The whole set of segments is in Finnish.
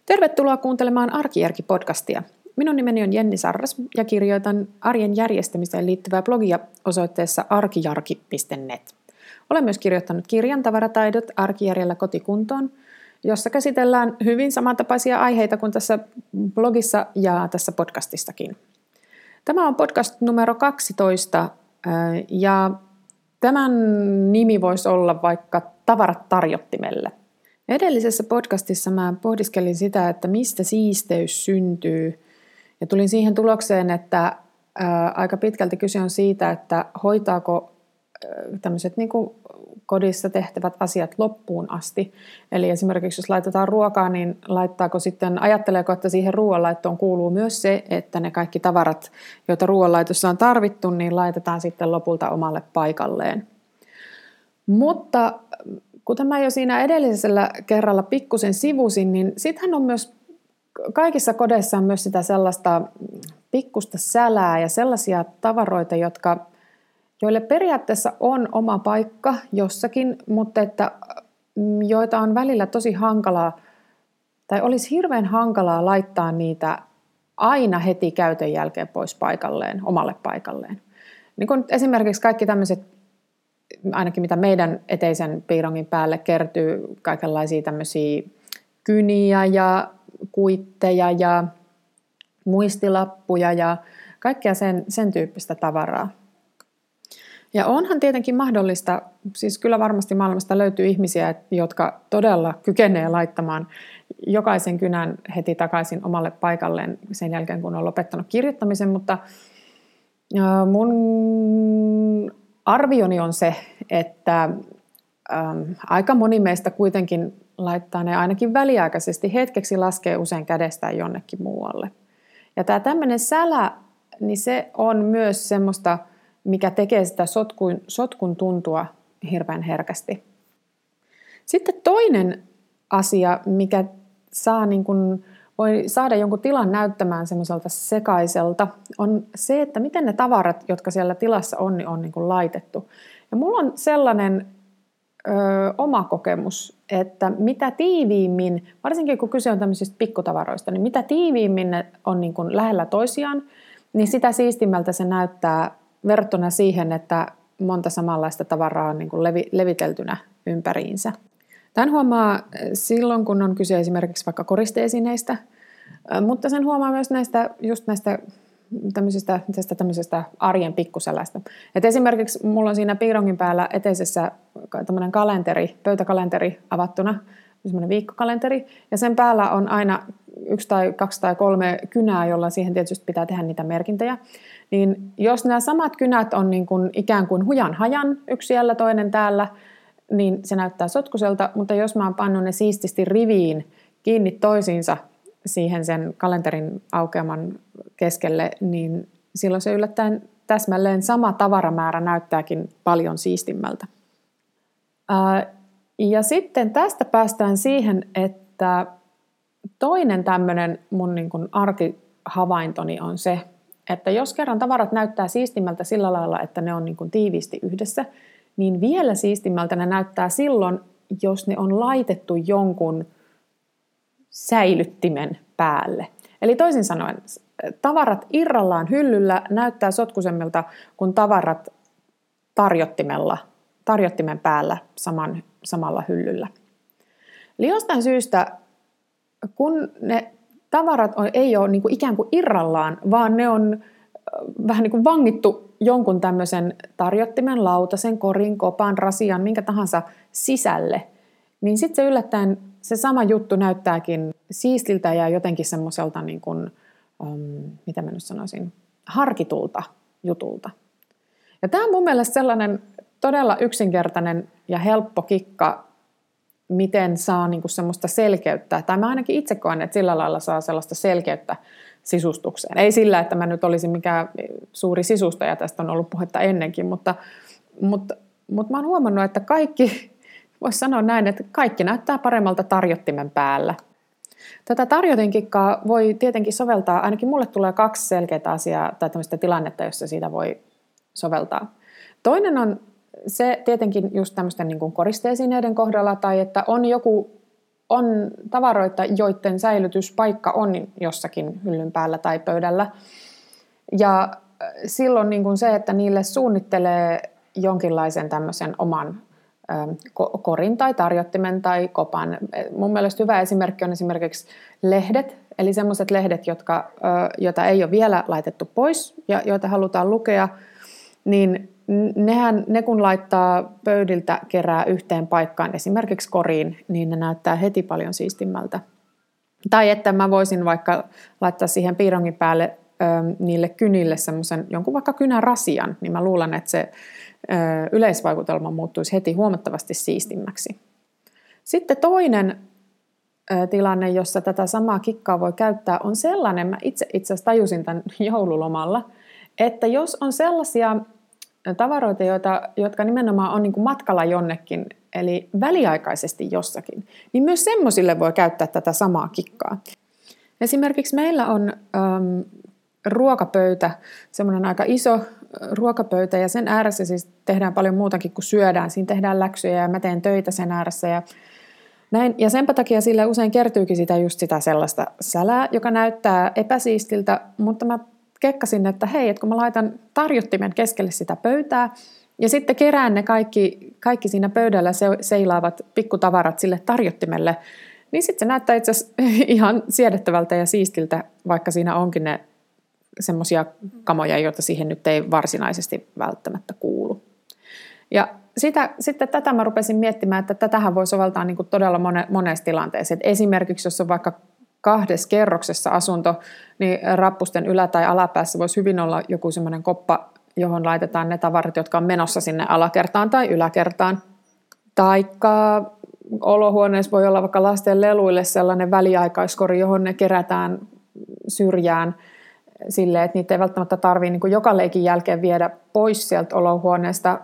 Tervetuloa kuuntelemaan Arkijärki-podcastia. Minun nimeni on Jenni Sarras ja kirjoitan arjen järjestämiseen liittyvää blogia osoitteessa arkijarki.net. Olen myös kirjoittanut kirjan Tavarataidot arkijärjellä kotikuntoon, jossa käsitellään hyvin samantapaisia aiheita kuin tässä blogissa ja tässä podcastissakin. Tämä on podcast numero 12 ja tämän nimi voisi olla vaikka Tavarat tarjottimelle. Edellisessä podcastissa mä pohdiskelin sitä, että mistä siisteys syntyy ja tulin siihen tulokseen, että aika pitkälti kyse on siitä, että hoitaako tämmöiset niin kuin kodissa tehtävät asiat loppuun asti. Eli esimerkiksi jos laitetaan ruokaa, niin ajatteleeko, että siihen ruoanlaittoon kuuluu myös se, että ne kaikki tavarat, joita ruoanlaitossa on tarvittu, niin laitetaan sitten lopulta omalle paikalleen. Mutta kuten mä jo siinä edellisellä kerralla pikkusen sivusin, niin sittenhän on myös kaikissa kodeissa on myös sitä sellaista pikkusta sälää ja sellaisia tavaroita, joille periaatteessa on oma paikka jossakin, mutta joita on välillä tosi hankalaa, tai olisi hirveän hankalaa laittaa niitä aina heti käytön jälkeen pois paikalleen, omalle paikalleen. Niin kuin esimerkiksi kaikki tämmöiset, ainakin mitä meidän eteisen piirongin päälle kertyy, kaikenlaisia tämmöisiä kyniä ja kuitteja ja muistilappuja ja kaikkea sen tyyppistä tavaraa. Ja onhan tietenkin mahdollista, siis kyllä varmasti maailmasta löytyy ihmisiä, jotka todella kykenee laittamaan jokaisen kynän heti takaisin omalle paikalleen sen jälkeen, kun on lopettanut kirjoittamisen, mutta mun arvioni on se, että aika moni meistä kuitenkin laittaa ne ainakin väliaikaisesti hetkeksi laskee usein kädestään jonnekin muualle. Ja tämä tämmöinen sälä, niin se on myös semmoista, mikä tekee sitä sotkun tuntua hirveän herkästi. Sitten toinen asia, mikä voi saada jonkun tilan näyttämään semmoiselta sekaiselta, on se, että miten ne tavarat, jotka siellä tilassa on, niin on niin kuin laitettu. Ja mulla on sellainen oma kokemus, että mitä tiiviimmin, varsinkin kun kyse on tämmöisistä pikkutavaroista, niin mitä tiiviimmin ne on niin kuin lähellä toisiaan, niin sitä siistimmältä se näyttää verrattuna siihen, että monta samanlaista tavaraa on niin kuin leviteltynä ympäriinsä. Tämän huomaa silloin, kun on kyse esimerkiksi vaikka koristeesineistä, mutta sen huomaa myös näistä tämmöisestä arjen pikkuselästä. Et esimerkiksi mulla on siinä piirongin päällä eteisessä tämmöinen pöytäkalenteri avattuna, semmoinen viikkokalenteri, ja sen päällä on aina 1 tai 2 tai 3 kynää, jolla siihen tietysti pitää tehdä niitä merkintöjä. Niin jos nämä samat kynät on niin kuin ikään kuin hujan hajan, yksi siellä, toinen täällä, niin se näyttää sotkuselta, mutta jos mä oon pannut ne siististi riviin kiinni toisiinsa siihen sen kalenterin aukeaman keskelle, niin silloin se yllättäen täsmälleen sama tavaramäärä näyttääkin paljon siistimmältä. Ja sitten tästä päästään siihen, että toinen tämmöinen mun niin kuin arkihavaintoni on se, että jos kerran tavarat näyttää siistimmältä sillä lailla, että ne on niin kuin tiiviisti yhdessä, niin vielä siistimmältä ne näyttää silloin, jos ne on laitettu jonkun säilyttimen päälle. Eli toisin sanoen, tavarat irrallaan hyllyllä näyttää sotkusemmilta kuin tavarat tarjottimen päällä samalla hyllyllä. Eli jostain syystä, kun ne tavarat ei ole niin kuin ikään kuin irrallaan, vaan ne on vähän niin kuin vangittu jonkun tämmöisen tarjottimen, lautasen, korin, kopan, rasian, minkä tahansa sisälle, niin sitten se yllättäen se sama juttu näyttääkin siistiltä ja jotenkin semmoiselta, niin kuin, mitä mä nyt sanoisin, harkitulta jutulta. Ja tämä on mun mielestä sellainen todella yksinkertainen ja helppo kikka, miten saa niin kuin semmoista selkeyttä, tai mä ainakin itse koen, että sillä lailla saa sellaista selkeyttä sisustukseen. Ei sillä, että mä nyt olisin mikään suuri sisustaja, tästä on ollut puhetta ennenkin, mutta mä oon huomannut, että kaikki, voisi sanoa näin, että kaikki näyttää paremmalta tarjottimen päällä. Tätä tarjotinkikkaa voi tietenkin soveltaa, ainakin mulle tulee 2 selkeää asiaa tai tämmöistä tilannetta, jossa siitä voi soveltaa. Toinen on se tietenkin just tämmöisten niin kuin koristeesineiden kohdalla, tai että on joku on tavaroita, joiden säilytyspaikka on jossakin hyllyn päällä tai pöydällä. Ja silloin niin kuin se, että niille suunnittelee jonkinlaisen tämmöisen oman korin tai tarjottimen tai kopan. Mun mielestä hyvä esimerkki on esimerkiksi lehdet, eli semmoiset lehdet, joita ei ole vielä laitettu pois ja joita halutaan lukea, niin ne kun laittaa pöydiltä kerää yhteen paikkaan, esimerkiksi koriin, niin ne näyttää heti paljon siistimmältä. Tai että mä voisin vaikka laittaa siihen piirongin päälle niille kynille semmoisen jonkun vaikka kynärasian, niin mä luulen, että se yleisvaikutelma muuttuisi heti huomattavasti siistimmäksi. Sitten toinen tilanne, jossa tätä samaa kikkaa voi käyttää, on sellainen, mä itse asiassa tajusin tämän joululomalla, että jos on sellaisia tavaroita, jotka nimenomaan on niin kuin matkalla jonnekin, eli väliaikaisesti jossakin, niin myös semmoisille voi käyttää tätä samaa kikkaa. Esimerkiksi meillä on ruokapöytä, semmoinen aika iso ruokapöytä, ja sen ääressä siis tehdään paljon muutakin kuin syödään. Siinä tehdään läksyjä ja mä teen töitä sen ääressä ja näin. Ja senpä takia sille usein kertyykin sitä sellaista sälää, joka näyttää epäsiistiltä, mutta mä kekkasin, että hei, että kun mä laitan tarjottimen keskelle sitä pöytää ja sitten kerään ne kaikki siinä pöydällä seilaavat pikkutavarat sille tarjottimelle, niin sitten se näyttää itse asiassa ihan siedettävältä ja siistiltä, vaikka siinä onkin ne semmoisia kamoja, joita siihen nyt ei varsinaisesti välttämättä kuulu. Ja sitten tätä mä rupesin miettimään, että tätähän voi soveltaa niin kuin todella monessa tilanteessa. Et esimerkiksi jos on vaikka 2 kerroksessa asunto, niin rappusten ylä- tai alapäässä voisi hyvin olla joku semmoinen koppa, johon laitetaan ne tavarat, jotka on menossa sinne alakertaan tai yläkertaan. Taikka olohuoneessa voi olla vaikka lasten leluille sellainen väliaikaiskori, johon ne kerätään syrjään silleen, että niitä ei välttämättä tarvitse niin kuin joka leikin jälkeen viedä pois sieltä olohuoneesta,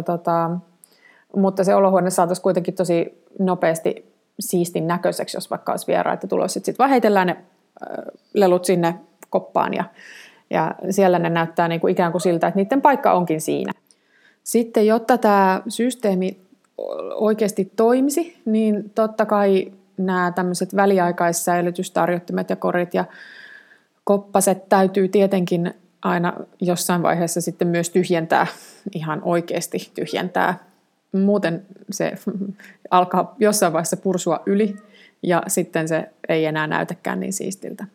mutta se olohuone saataisiin kuitenkin tosi nopeasti siistin näköiseksi, jos vaikka olisi vieraita tulossa. Sitten vaan heitellään ne lelut sinne koppaan ja siellä ne näyttää niin kuin ikään kuin siltä, että niiden paikka onkin siinä. Sitten, jotta tämä systeemi oikeasti toimisi, niin totta kai nämä tämmöiset väliaikaissäilytystarjottimet ja korit ja koppaset täytyy tietenkin aina jossain vaiheessa sitten myös tyhjentää, ihan oikeasti tyhjentää. Muuten se alkaa jossain vaiheessa pursua yli ja sitten se ei enää näytäkään niin siistiltä.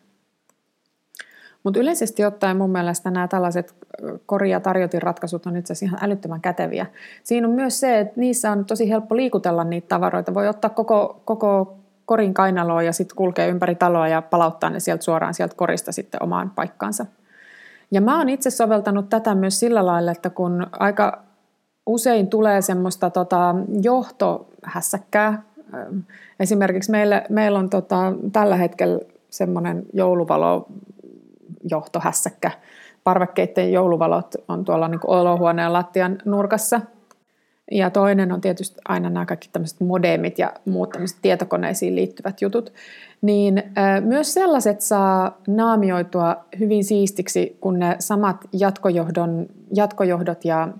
Mutta yleisesti ottaen mun mielestä nämä tällaiset kori- ja tarjotinratkaisut on itse asiassa ihan älyttömän käteviä. Siinä on myös se, että niissä on tosi helppo liikutella niitä tavaroita. Voi ottaa koko korin kainaloa ja sitten kulkee ympäri taloa ja palauttaa ne suoraan sieltä korista sitten omaan paikkaansa. Ja mä oon itse soveltanut tätä myös sillä lailla, että kun aika usein tulee semmoista johtohässäkkää, esimerkiksi meillä on tällä hetkellä semmoinen jouluvalojohtohässäkkä. Parvekkeiden jouluvalot on tuolla niin kuin olohuoneen lattian nurkassa. Ja toinen on tietysti aina nämä kaikki tämmöiset modemit ja muut tämmöiset tietokoneisiin liittyvät jutut. Niin myös sellaiset saa naamioitua hyvin siistiksi, kun ne samat jatkojohdot ja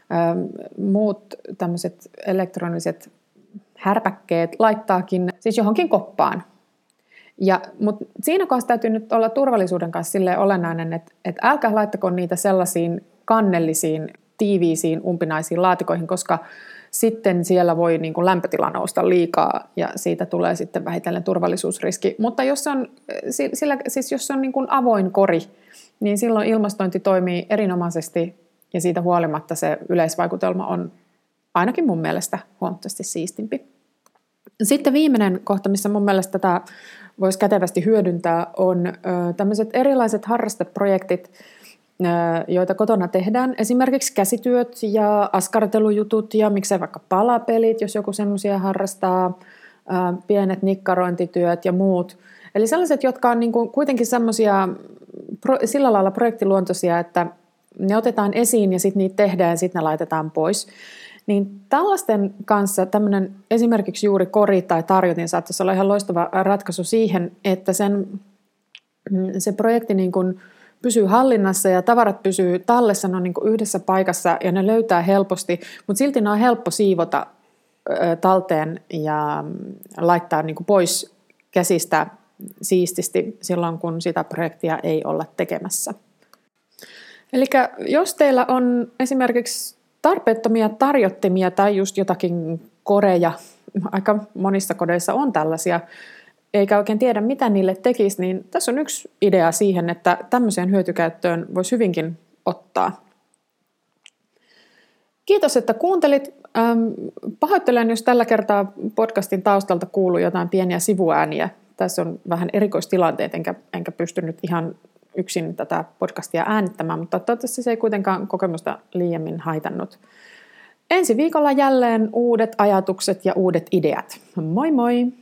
muut tämmöiset elektroniset härpäkkeet laittaakin siis johonkin koppaan. Mutta siinä kohdassa täytyy nyt olla turvallisuuden kanssa silleen olennainen, että älkää laittako niitä sellaisiin kannellisiin, tiiviisiin, umpinaisiin laatikoihin, koska sitten siellä voi niin kuin lämpötila nousta liikaa ja siitä tulee sitten vähitellen turvallisuusriski. Mutta jos se on niin kuin avoin kori, niin silloin ilmastointi toimii erinomaisesti ja siitä huolimatta se yleisvaikutelma on ainakin mun mielestä huomattavasti siistimpi. Sitten viimeinen kohta, missä mun mielestä tätä voisi kätevästi hyödyntää, on tämmöiset erilaiset harrasteprojektit, joita kotona tehdään. Esimerkiksi käsityöt ja askartelujutut ja miksei vaikka palapelit, jos joku semmoisia harrastaa, pienet nikkarointityöt ja muut. Eli sellaiset, jotka on niin kuin kuitenkin semmoisia sillä lailla projektiluontoisia, että ne otetaan esiin ja sitten niitä tehdään ja sitten ne laitetaan pois. Niin tällaisten kanssa tämmöinen esimerkiksi juuri kori tai tarjotin saattaisi olla ihan loistava ratkaisu siihen, että se projekti niin kuin pysyy hallinnassa ja tavarat pysyy tallessa, ne on niin kuin yhdessä paikassa ja ne löytää helposti, mutta silti ne on helppo siivota talteen ja laittaa niin kuin pois käsistä siististi silloin, kun sitä projektia ei olla tekemässä. Eli jos teillä on esimerkiksi tarpeettomia tarjottimia tai just jotakin koreja, aika monissa kodeissa on tällaisia, eikä oikein tiedä, mitä niille tekisi, niin tässä on yksi idea siihen, että tämmöiseen hyötykäyttöön voisi hyvinkin ottaa. Kiitos, että kuuntelit. Pahoittelen, jos tällä kertaa podcastin taustalta kuuluu jotain pieniä sivuääniä. Tässä on vähän erikoistilanteet, enkä pystynyt ihan yksin tätä podcastia äänittämään, mutta toivottavasti se ei kuitenkaan kokemusta liiemmin haitannut. Ensi viikolla jälleen uudet ajatukset ja uudet ideat. Moi moi!